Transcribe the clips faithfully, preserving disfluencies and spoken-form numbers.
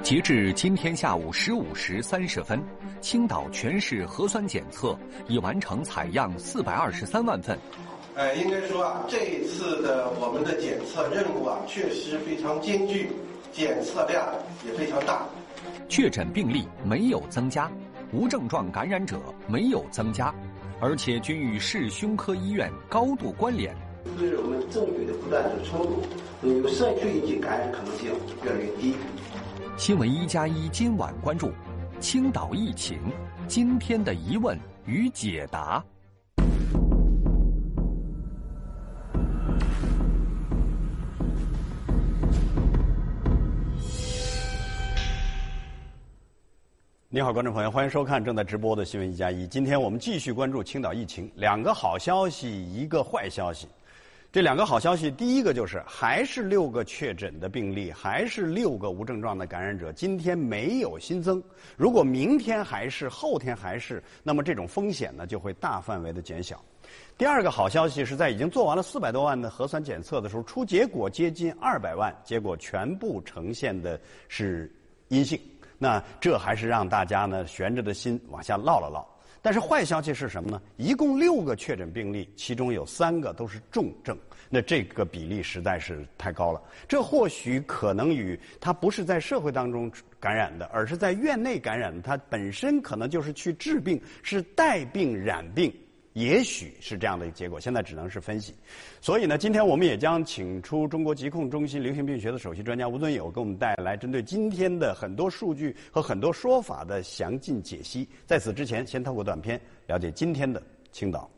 截至今天下午十五时三十分，青岛全市核酸检测已完成采样四百二十三万份。 呃，应该说啊，这一次的我们的检测任务啊，确实非常艰巨，检测量也非常大。 确诊病例没有增加，无症状感染者没有增加，而且均与市胸科医院高度关联。 随着我们证据的不断的充足，有社区以及感染可能性越来越低。 新闻一加一今晚关注青岛疫情，今天的疑问与解答。 你好，观众朋友，欢迎收看正在直播的新闻一加一。今天我们继续关注青岛疫情，两个好消息，一个坏消息。这两个好消息，第一个就是还是六个确诊的病例，还是六个无症状的感染者，今天没有新增。如果明天还是，后天还是，那么这种风险呢就会大范围的减小。第二个好消息是在已经做完了四百多万的核酸检测的时候，出结果接近二百万，结果全部呈现的是阴性。那这还是让大家呢悬着的心往下落了落。但是坏消息是什么呢？一共六个确诊病例，其中有三个都是重症，那这个比例实在是太高了。这或许可能与他不是在社会当中感染的，而是在院内感染的，他本身可能就是去治病，是带病染病。也许是这样的一个结果，现在只能是分析。所以呢，今天我们也将请出中国疾控中心流行病学的首席专家吴尊友，给我们带来针对今天的很多数据和很多说法的详尽解析。在此之前，先透过短片了解今天的青岛。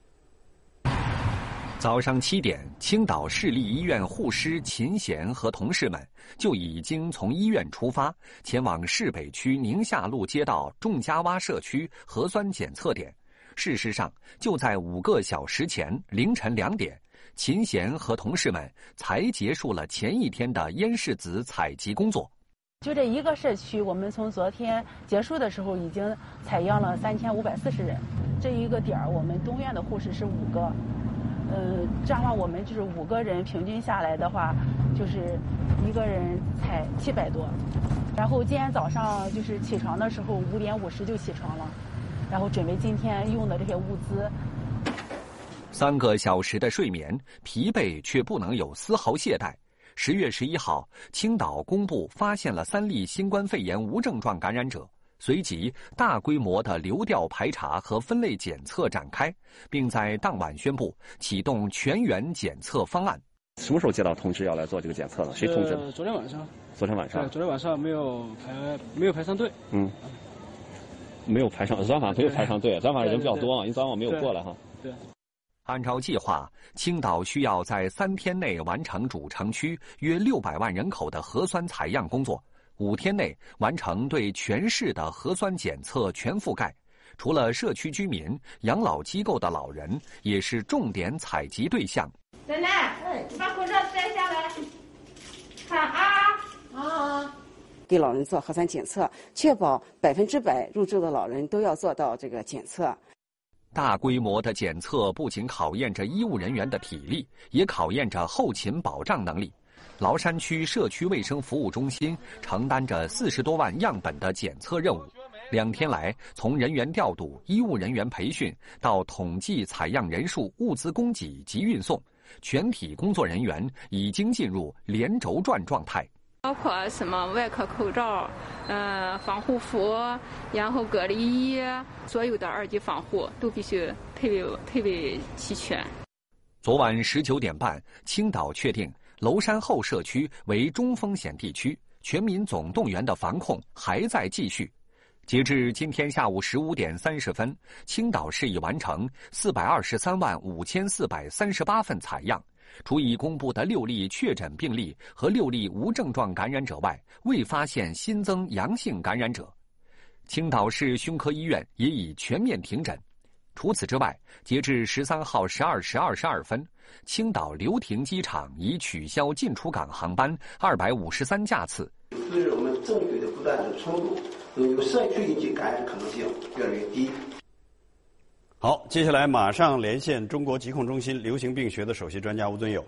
早上七点，青岛市立医院护师秦贤和同事们就已经从医院出发，前往市北区宁夏路街道众家洼社区核酸检测点。事实上，就在五个小时前凌晨两点，秦贤和同事们才结束了前一天的咽拭子采集工作。 就这一个社区，我们从昨天结束的时候已经采样了三千五百四十人。这一个点儿，我们东院的护士是五个，呃，这样的话我们就是五个人平均下来的话，就是一个人采七百多。然后今天早上就是起床的时候五点五十就起床了。然后准备今天用的这些物资。 三个小时的睡眠，疲惫却不能有丝毫懈怠。十月十一号，青岛公布发现了三例新冠肺炎无症状感染者，随即大规模的流调排查和分类检测展开，并在当晚宣布启动全员检测方案。 什么时候接到通知要来做这个检测呢？谁通知的？ 呃、昨天晚上。 昨天晚上。 对，昨天晚上没有排，没有排上队。 嗯。没有排上，昨天晚上没有排上队，昨天晚上人比较多嘛，因为昨天晚上没有过来哈。 对。 按照计划，青岛需要在三天内完成主城区约六百万人口的核酸采样工作，五天内完成对全市的核酸检测全覆盖。除了社区居民，养老机构的老人也是重点采集对象。 奶奶，你把口罩摘下来，看啊啊！ 给老人做核酸检测，确保百分之百入住的老人都要做到这个检测。 大规模的检测不仅考验着医务人员的体力，也考验着后勤保障能力。崂山区社区卫生服务中心承担着四十多万样本的检测任务。两天来，从人员调度、医务人员培训到统计采样人数、物资供给及运送，全体工作人员已经进入连轴转状态。 包括什么外科口罩、呃防护服，然后隔离衣，所有的二级防护都必须配备配备齐全。 昨晚十九点半，青岛确定崂山后社区为中风险地区，全民总动员的防控还在继续。截至今天下午十五点三十分，青岛市已完成四百二十三万五千四百三十八份采样。除已公布的六例确诊病例和六例无症状感染者外，未发现新增阳性感染者。青岛市胸科医院也已全面停诊。除此之外，截至十三号十二时二十二分，青岛流亭机场已取消进出港航班二百五十三架次。 随着我们证据的不断的充足，有社区以及感染可能性越来越低。 好，接下来马上连线中国疾控中心流行病学的首席专家吴尊友。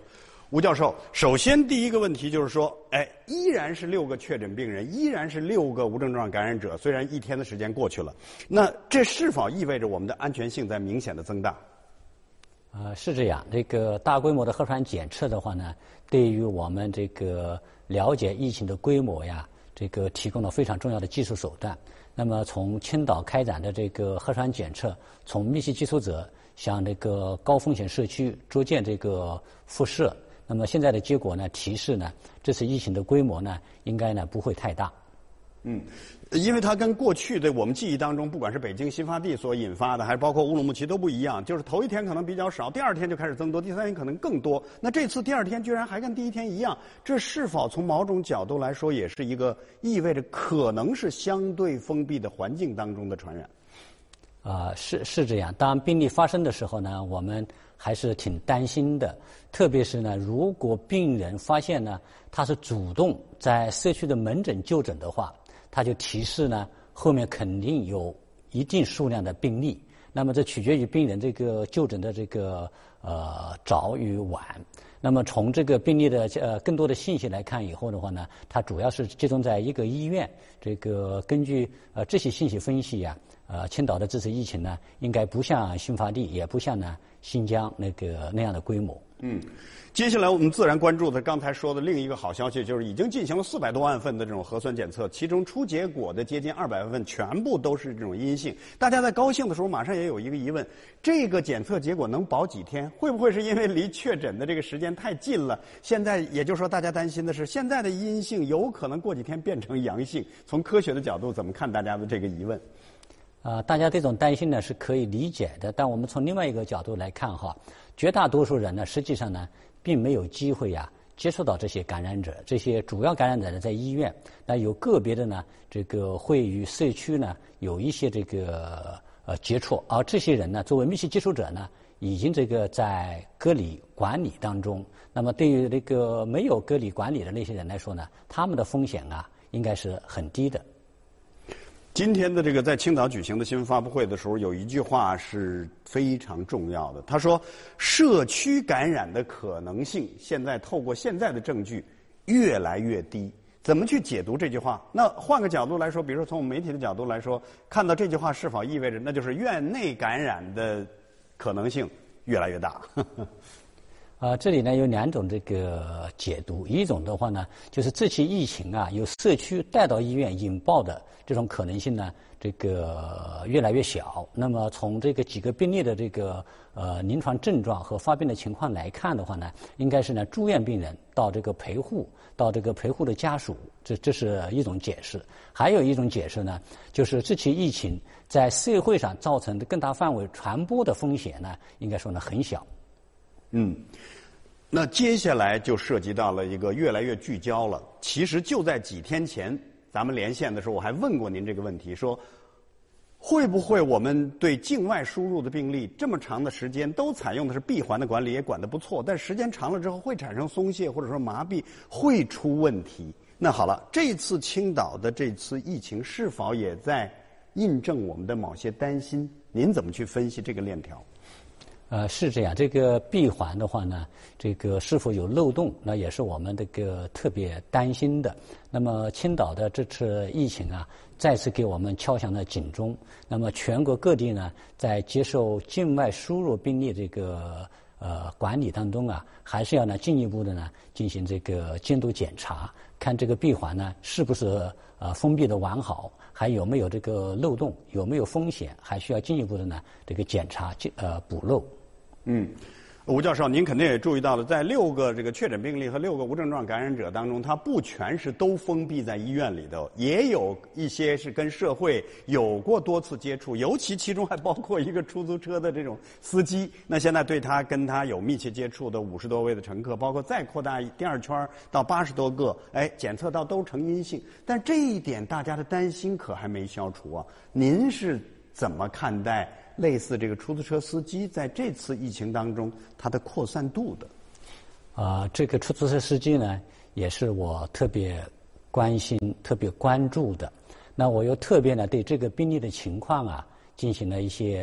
吴教授，首先第一个问题就是说，哎，依然是六个确诊病人，依然是六个无症状感染者，虽然一天的时间过去了，那这是否意味着我们的安全性在明显的增大？ 呃，是这样。这个大规模的核酸检测的话呢，对于我们这个了解疫情的规模呀，这个提供了非常重要的技术手段。那么从青岛开展的这个核酸检测，从密切接触者向这个高风险社区逐渐这个辐射。那么现在的结果呢，提示呢，这次疫情的规模呢，应该呢不会太大。 嗯，因为它跟过去的我们记忆当中，不管是北京新发地所引发的，还是包括乌鲁木齐都不一样，就是头一天可能比较少，第二天就开始增多，第三天可能更多。那这次第二天居然还跟第一天一样，这是否从某种角度来说，也是一个意味着可能是相对封闭的环境当中的传染？ 啊、呃，是是这样。当病例发生的时候呢，我们还是挺担心的。特别是呢，如果病人发现呢，他是主动在社区的门诊就诊的话，他就提示呢，后面肯定有一定数量的病例。那么这取决于病人这个就诊的这个呃早与晚。那么从这个病例的呃更多的信息来看以后的话呢，它主要是集中在一个医院。这个根据呃这些信息分析呀、啊，呃青岛的这次疫情呢，应该不像新发地，也不像呢新疆那个那样的规模。 嗯，接下来我们自然关注的刚才说的另一个好消息，就是已经进行了四百多万份的这种核酸检测，其中出结果的接近二百万份全部都是这种阴性。大家在高兴的时候，马上也有一个疑问：这个检测结果能保几天？会不会是因为离确诊的这个时间太近了？现在也就是说，大家担心的是，现在的阴性有可能过几天变成阳性。从科学的角度，怎么看大家的这个疑问？ 啊、呃，大家这种担心呢是可以理解的，但我们从另外一个角度来看哈，绝大多数人呢，实际上呢，并没有机会呀、啊、接触到这些感染者。这些主要感染者呢在医院，那有个别的呢，这个会与社区呢有一些这个呃接触，而这些人呢，作为密切接触者呢，已经这个在隔离管理当中。那么对于这个没有隔离管理的那些人来说呢，他们的风险啊，应该是很低的。 今天的这个在青岛举行的新闻发布会的时候，有一句话是非常重要的。他说，社区感染的可能性现在透过现在的证据越来越低。怎么去解读这句话？那换个角度来说，比如说从我们媒体的角度来说，看到这句话是否意味着那就是院内感染的可能性越来越大？ 啊、呃，这里呢有两种这个解读，一种的话呢，就是这期疫情啊，由社区带到医院引爆的这种可能性呢，这个越来越小。那么从这个几个病例的这个呃临床症状和发病的情况来看的话呢，应该是呢住院病人到这个陪护，到这个陪护的家属，这这是一种解释。还有一种解释呢，就是这期疫情在社会上造成的更大范围传播的风险呢，应该说呢很小。 嗯，那接下来就涉及到了一个越来越聚焦了。其实就在几天前，咱们连线的时候，我还问过您这个问题，说会不会我们对境外输入的病例这么长的时间都采用的是闭环的管理，也管得不错，但时间长了之后会产生松懈或者说麻痹，会出问题。那好了，这次青岛的这次疫情是否也在印证我们的某些担心？您怎么去分析这个链条？ 呃，是这样。这个闭环的话呢，这个是否有漏洞，那也是我们这个特别担心的。那么青岛的这次疫情啊，再次给我们敲响了警钟。那么全国各地呢，在接受境外输入病例这个呃管理当中啊，还是要呢进一步的呢进行这个监督检查，看这个闭环呢是不是呃封闭的完好，还有没有这个漏洞，有没有风险，还需要进一步的呢这个检查呃补漏。 嗯，吴教授，您肯定也注意到了，在六个这个确诊病例和六个无症状感染者当中，它不全是都封闭在医院里头，也有一些是跟社会有过多次接触，尤其其中还包括一个出租车的这种司机。那现在对他跟他有密切接触的五十多位的乘客，包括再扩大第二圈到八十多个，哎，检测到都呈阴性。但这一点大家的担心可还没消除啊。您是怎么看待类似这个出租车司机在这次疫情当中它的扩散度的？ 啊、呃，这个出租车司机呢，也是我特别关心、特别关注的。那我又特别呢对这个病例的情况啊进行了一些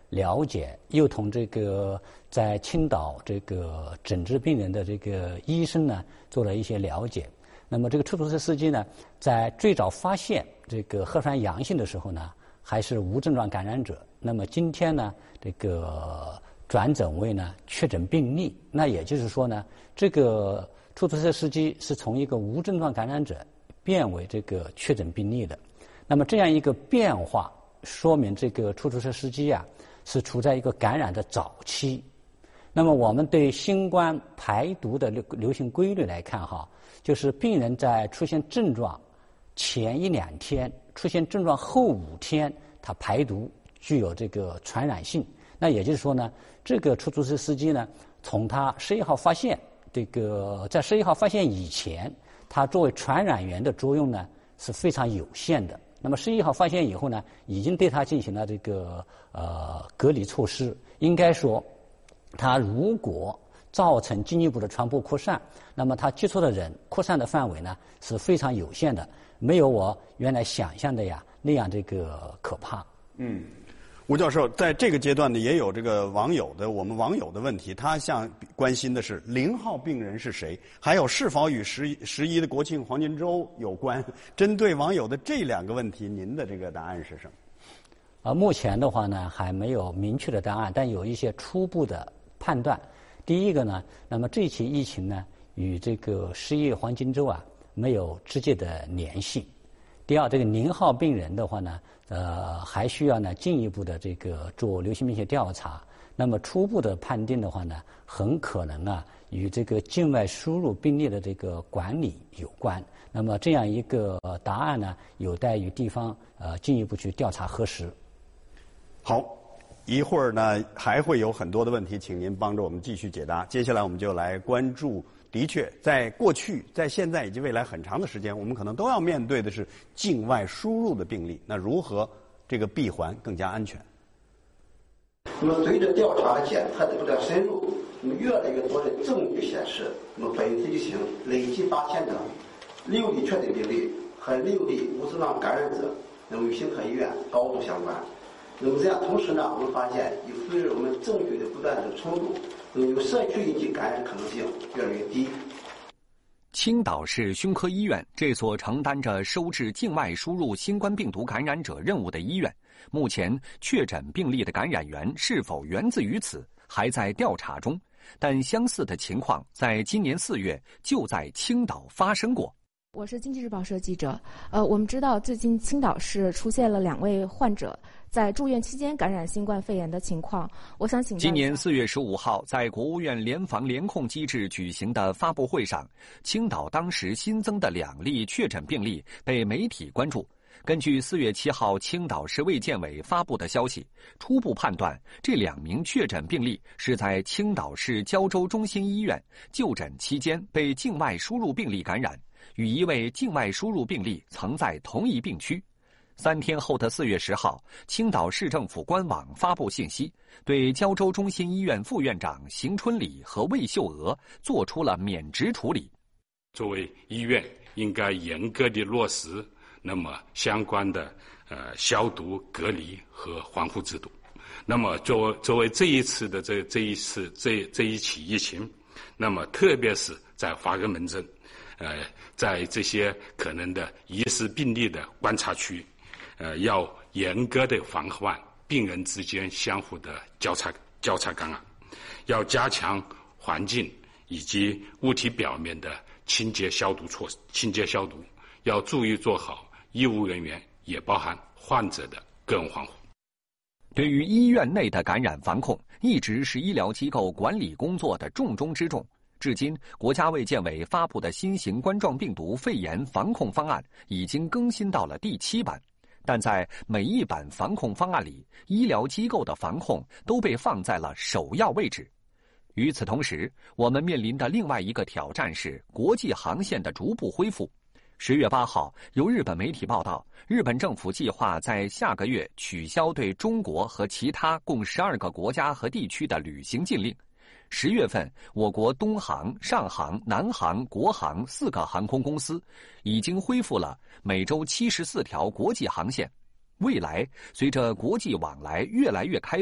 了解，又同这个在青岛这个诊治病人的这个医生呢做了一些了解。那么这个出租车司机呢，在最早发现这个核酸阳性的时候呢，还是无症状感染者。那么今天呢，这个转诊为呢确诊病例。那也就是说呢，这个出租车司机是从一个无症状感染者变为这个确诊病例的。那么这样一个变化，说明这个出租车司机啊是处在一个感染的早期。那么我们对新冠排毒的流流行规律来看哈，就是病人在出现症状前一两天，出现症状后五天，他排毒具有这个传染性。那也就是说呢，这个出租车司机呢，从他十一号发现，这个在十一号发现以前，他作为传染源的作用呢是非常有限的。那么十一号发现以后呢，已经对他进行了这个呃隔离措施。应该说，他如果造成进一步的传播扩散，那么他接触的人扩散的范围呢是非常有限的，没有我原来想象的呀那样这个可怕。 嗯，吴教授，在这个阶段呢，也有这个网友的我们网友的问题，他想关心的是零号病人是谁，还有是否与十十一的国庆黄金周有关。针对网友的这两个问题，您的这个答案是什么？ 啊，目前的话呢，还没有明确的答案，但有一些初步的判断。第一个呢，那么这起疫情呢，与这个十一黄金周啊没有直接的联系。第二，这个零号病人的话呢，呃，还需要呢进一步的这个做流行病学调查。那么初步的判定的话呢，很可能啊与这个境外输入病例的这个管理有关。那么这样一个答案呢，有待于地方呃进一步去调查核实。 好。一会儿呢，还会有很多的问题，请您帮着我们继续解答。接下来我们就来关注，的确，在过去、在现在以及未来很长的时间，我们可能都要面对的是境外输入的病例。那如何这个闭环更加安全？ 那么随着调查和检测的不断深入，那么越来越多的证据显示，那么本次疫情累计发现的六例确诊病例和六例无症状感染者，那么与新科医院高度相关。那么这样，同时呢，我们发现，随着我们证据的不断的充足，那么有社区引起感染可能性越来越低。 青岛市胸科医院这所承担着收治境外输入新冠病毒感染者任务的医院，目前确诊病例的感染源是否源自于此，还在调查中。但相似的情况在今年四月就在青岛发生过。 我是经济日报社记者。呃，我们知道最近青岛市出现了两位患者在住院期间感染新冠肺炎的情况，我想请教。 今年四月十五号，在国务院联防联控机制举行的发布会上，青岛当时新增的两例确诊病例被媒体关注。根据四月七号青岛市卫健委发布的消息，初步判断这两名确诊病例是在青岛市胶州中心医院就诊期间被境外输入病例感染，与一位境外输入病例曾在同一病区。三天后的四月十号，青岛市政府官网发布信息，对胶州中心医院副院长邢春礼和魏秀娥做出了免职处理。 作为医院，应该严格的落实那么相关的呃消毒、隔离和防护制度。那么作作为这一次的这这一次这这一起疫情，那么特别是在发热门诊，呃，在这些可能的疑似病例的观察区，呃，要严格的防范病人之间相互的交叉交叉感染，要加强环境以及物体表面的清洁消毒措施，清洁消毒，要注意做好医务人员也包含患者的个人防护。 对于医院内的感染防控，一直是医疗机构管理工作的重中之重。至今，国家卫健委发布的新型冠状病毒肺炎防控方案已经更新到了第七版，但在每一版防控方案里，医疗机构的防控都被放在了首要位置。与此同时，我们面临的另外一个挑战是国际航线的逐步恢复。十月八号，由日本媒体报道，日本政府计划在下个月取消对中国和其他共十二个国家和地区的旅行禁令。十月份，我国东航、上航、南航、国航四个航空公司已经恢复了每周七十四条国际航线。未来，随着国际往来越来越开放，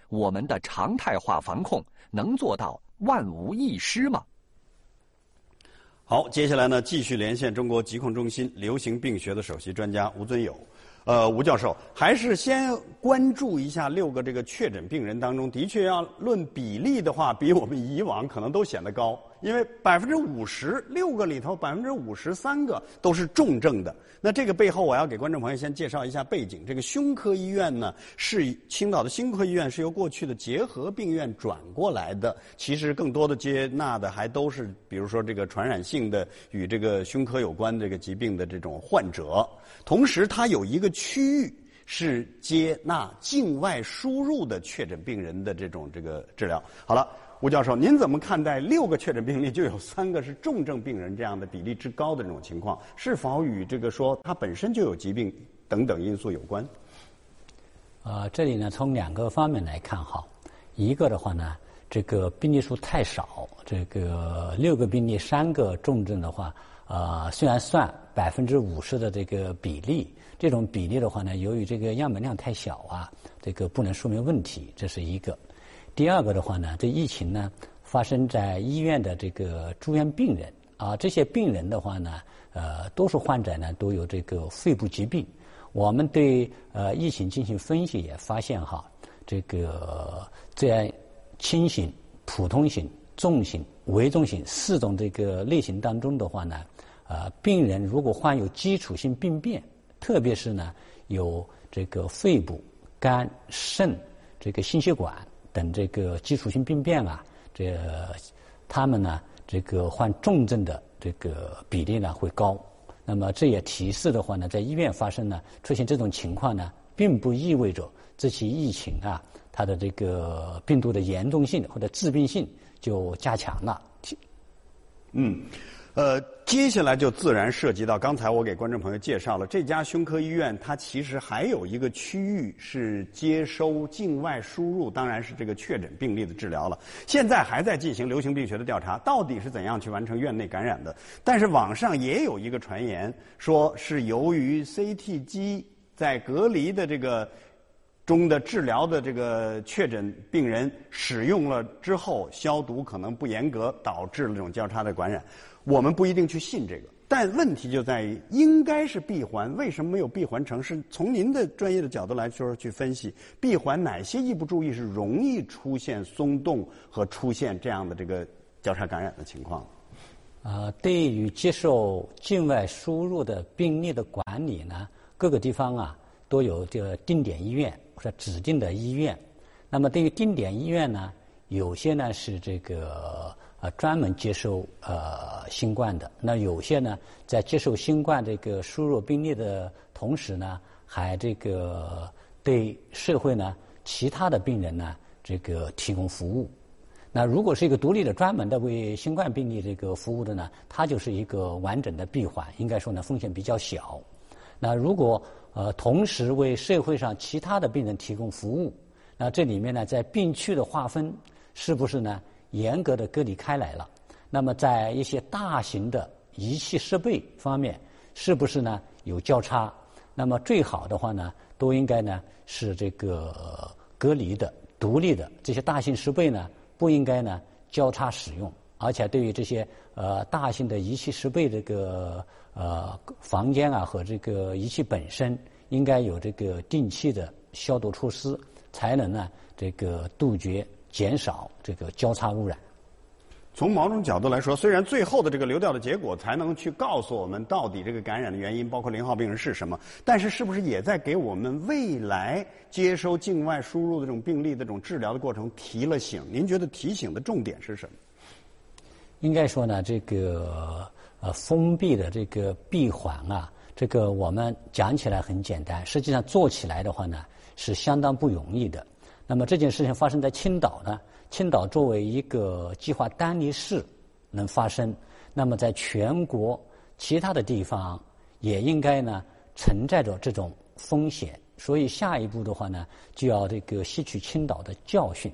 我们的常态化防控能做到万无一失吗？ 好，接下来呢，继续连线中国疾控中心流行病学的首席专家吴尊友。呃，吴教授，还是先关注一下六个这个确诊病人当中，的确要论比例的话，比我们以往可能都显得高，因为百分之五十六个里头，百分之五十三个都是重症的。那这个背后，我要给观众朋友先介绍一下背景。这个胸科医院呢，是青岛的胸科医院，是由过去的结核病院转过来的。其实更多的接纳的还都是，比如说这个传染性的与这个胸科有关这个疾病的这种患者。同时，它有一个区域是接纳境外输入的确诊病人的这种这个治疗。好了，吴教授，您怎么看待六个确诊病例就有三个是重症病人这样的比例之高的这种情况？是否与这个说他本身就有疾病等等因素有关？ 呃，这里呢从两个方面来看哈，一个的话呢，这个病例数太少，这个六个病例三个重症的话，呃，虽然算百分之五十的这个比例，这种比例的话呢，由于这个样本量太小啊，这个不能说明问题，这是一个。第二个的话呢，这疫情呢发生在医院的这个住院病人啊，这些病人的话呢，呃，多数患者呢都有这个肺部疾病。我们对呃疫情进行分析也发现哈，这个在轻型、普通型、重型、危重型四种这个类型当中的话呢，呃，病人如果患有基础性病变，特别是呢有这个肺部、肝、肾、这个心血管等这个基础性病变啊，这个他们呢，这个患重症的这个比例呢会高。那么这也提示的话呢，在医院发生呢出现这种情况呢，并不意味着这起疫情啊，它的这个病毒的严重性或者致病性就加强了。 嗯。呃，接下来就自然涉及到刚才我给观众朋友介绍了这家胸科医院，它其实还有一个区域是接收境外输入，当然是这个确诊病例的治疗了。现在还在进行流行病学的调查，到底是怎样去完成院内感染的？但是网上也有一个传言，说是由于 C T 机在隔离的这个中的治疗的这个确诊病人使用了之后，消毒可能不严格，导致了这种交叉的感染。我们不一定去信这个，但问题就在于应该是闭环，为什么没有闭环成？是从您的专业的角度来说去分析闭环哪些一不注意是容易出现松动和出现这样的这个交叉感染的情况。 呃，对于接受境外输入的病例的管理呢，各个地方啊都有这个定点医院或者指定的医院。那么对于定点医院呢，有些呢是这个呃专门接受呃新冠的，那有些呢在接受新冠这个输入病例的同时呢，还这个对社会呢其他的病人呢这个提供服务。那如果是一个独立的专门的为新冠病例这个服务的呢，它就是一个完整的闭环，应该说呢风险比较小。那如果呃同时为社会上其他的病人提供服务，那这里面呢在病区的划分是不是呢严格的隔离开来了？那么在一些大型的仪器设备方面是不是呢有交叉？那么最好的话呢都应该呢是这个隔离的独立的，这些大型设备呢不应该呢交叉使用，而且对于这些呃大型的仪器设备这个呃房间啊和这个仪器本身应该有这个定期的消毒措施，才能呢这个杜绝减少这个交叉污染。 从某种角度来说，虽然最后的这个流调的结果才能去告诉我们到底这个感染的原因，包括零号病人是什么，但是是不是也在给我们未来接收境外输入的这种病例的这种治疗的过程提了醒？您觉得提醒的重点是什么？ 应该说呢，这个呃封闭的这个闭环啊，这个我们讲起来很简单，实际上做起来的话呢是相当不容易的。那么这件事情发生在青岛呢，青岛作为一个计划单例市能发生，那么在全国其他的地方也应该呢存在着这种风险，所以下一步的话呢就要这个吸取青岛的教训，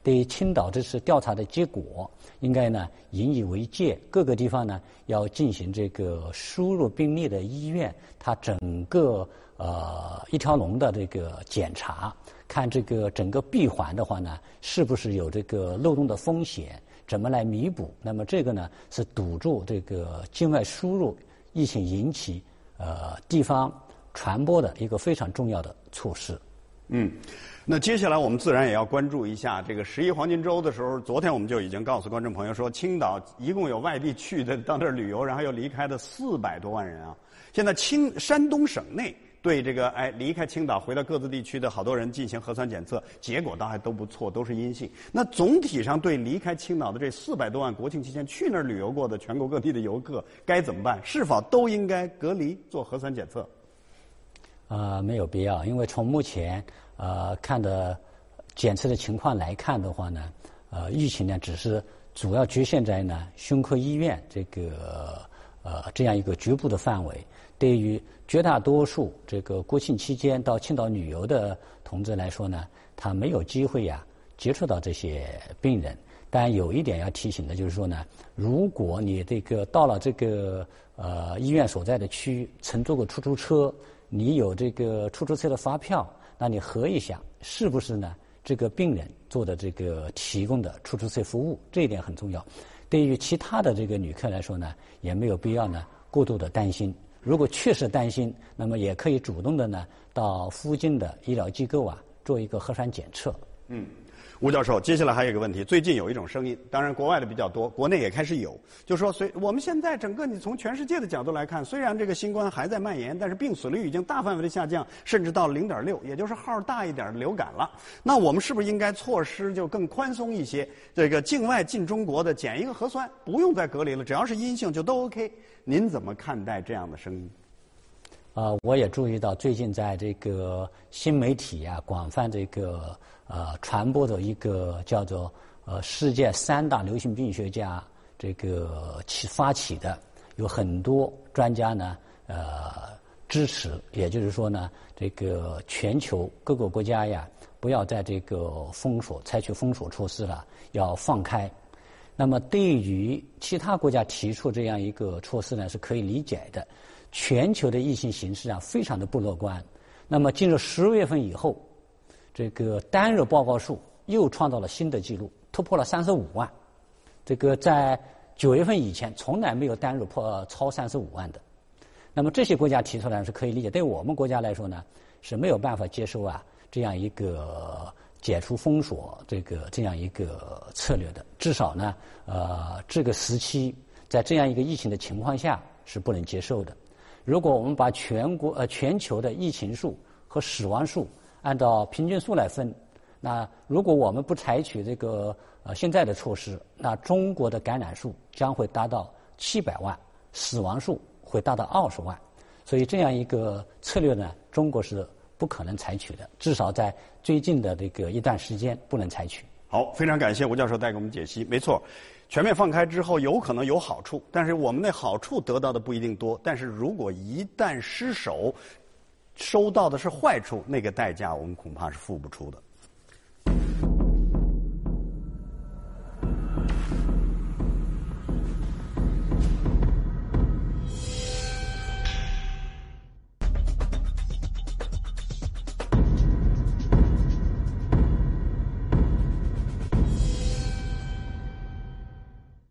对青岛这次调查的结果，应该呢引以为戒，各个地方呢要进行这个输入病例的医院，它整个呃一条龙的这个检查，看这个整个闭环的话呢，是不是有这个漏洞的风险，怎么来弥补？那么这个呢是堵住这个境外输入疫情引起呃地方传播的一个非常重要的措施。 嗯，那接下来我们自然也要关注一下这个十一黄金周的时候，昨天我们就已经告诉观众朋友说，青岛一共有外地去的到那儿旅游，然后又离开的四百多万人啊。现在青山东省内对这个哎离开青岛回到各自地区的好多人进行核酸检测，结果倒还都不错，都是阴性。那总体上对离开青岛的这四百多万国庆期间去那儿旅游过的全国各地的游客该怎么办？是否都应该隔离做核酸检测？ 呃，没有必要，因为从目前呃看的检测的情况来看的话呢，呃，疫情呢只是主要局限在呢胸科医院这个呃这样一个局部的范围。对于绝大多数这个国庆期间到青岛旅游的同志来说呢，他没有机会呀接触到这些病人。但有一点要提醒的就是说呢，如果你这个到了这个呃医院所在的区域，乘坐过出租车，你有这个出租车的发票，那你核一下是不是呢这个病人做的这个提供的出租车服务，这一点很重要。对于其他的这个旅客来说呢，也没有必要呢过度的担心。如果确实担心，那么也可以主动的呢到附近的医疗机构啊做一个核酸检测。 嗯。吴教授，接下来还有一个问题，最近有一种声音，当然国外的比较多，国内也开始有，就是说，随我们现在整个你从全世界的角度来看，虽然这个新冠还在蔓延，但是病死率已经大范围的下降，甚至到零点六，也就是号大一点的流感了。那我们是不是应该措施就更宽松一些？这个境外进中国的检一个核酸，不用再隔离了，只要是阴性就都 OK。您怎么看待这样的声音？ 呃，我也注意到最近在这个新媒体啊广泛这个呃传播的一个叫做呃世界三大流行病学家这个起发起的，有很多专家呢呃支持，也就是说呢，这个全球各个国家呀不要在这个封锁采取封锁措施了，要放开。那么对于其他国家提出这样一个措施呢，是可以理解的。全球的疫情形势啊，非常的不乐观。那么进入十月份以后，这个单日报告数又创造了新的纪录，突破了三十五万。这个在九月份以前从来没有单日破超三十五万的。那么这些国家提出来是可以理解，对我们国家来说呢，是没有办法接受啊这样一个解除封锁这个这样一个策略的。至少呢，呃，这个时期在这样一个疫情的情况下是不能接受的。如果我们把全国呃全球的疫情数和死亡数按照平均数来分，那如果我们不采取这个呃现在的措施，那中国的感染数将会达到七百万，死亡数会达到二十万。所以这样一个策略呢，中国是不可能采取的，至少在最近的这个一段时间不能采取。 好，非常感谢吴教授带给我们解析。没错，全面放开之后有可能有好处，但是我们那好处得到的不一定多。但是如果一旦失手，收到的是坏处，那个代价我们恐怕是付不出的。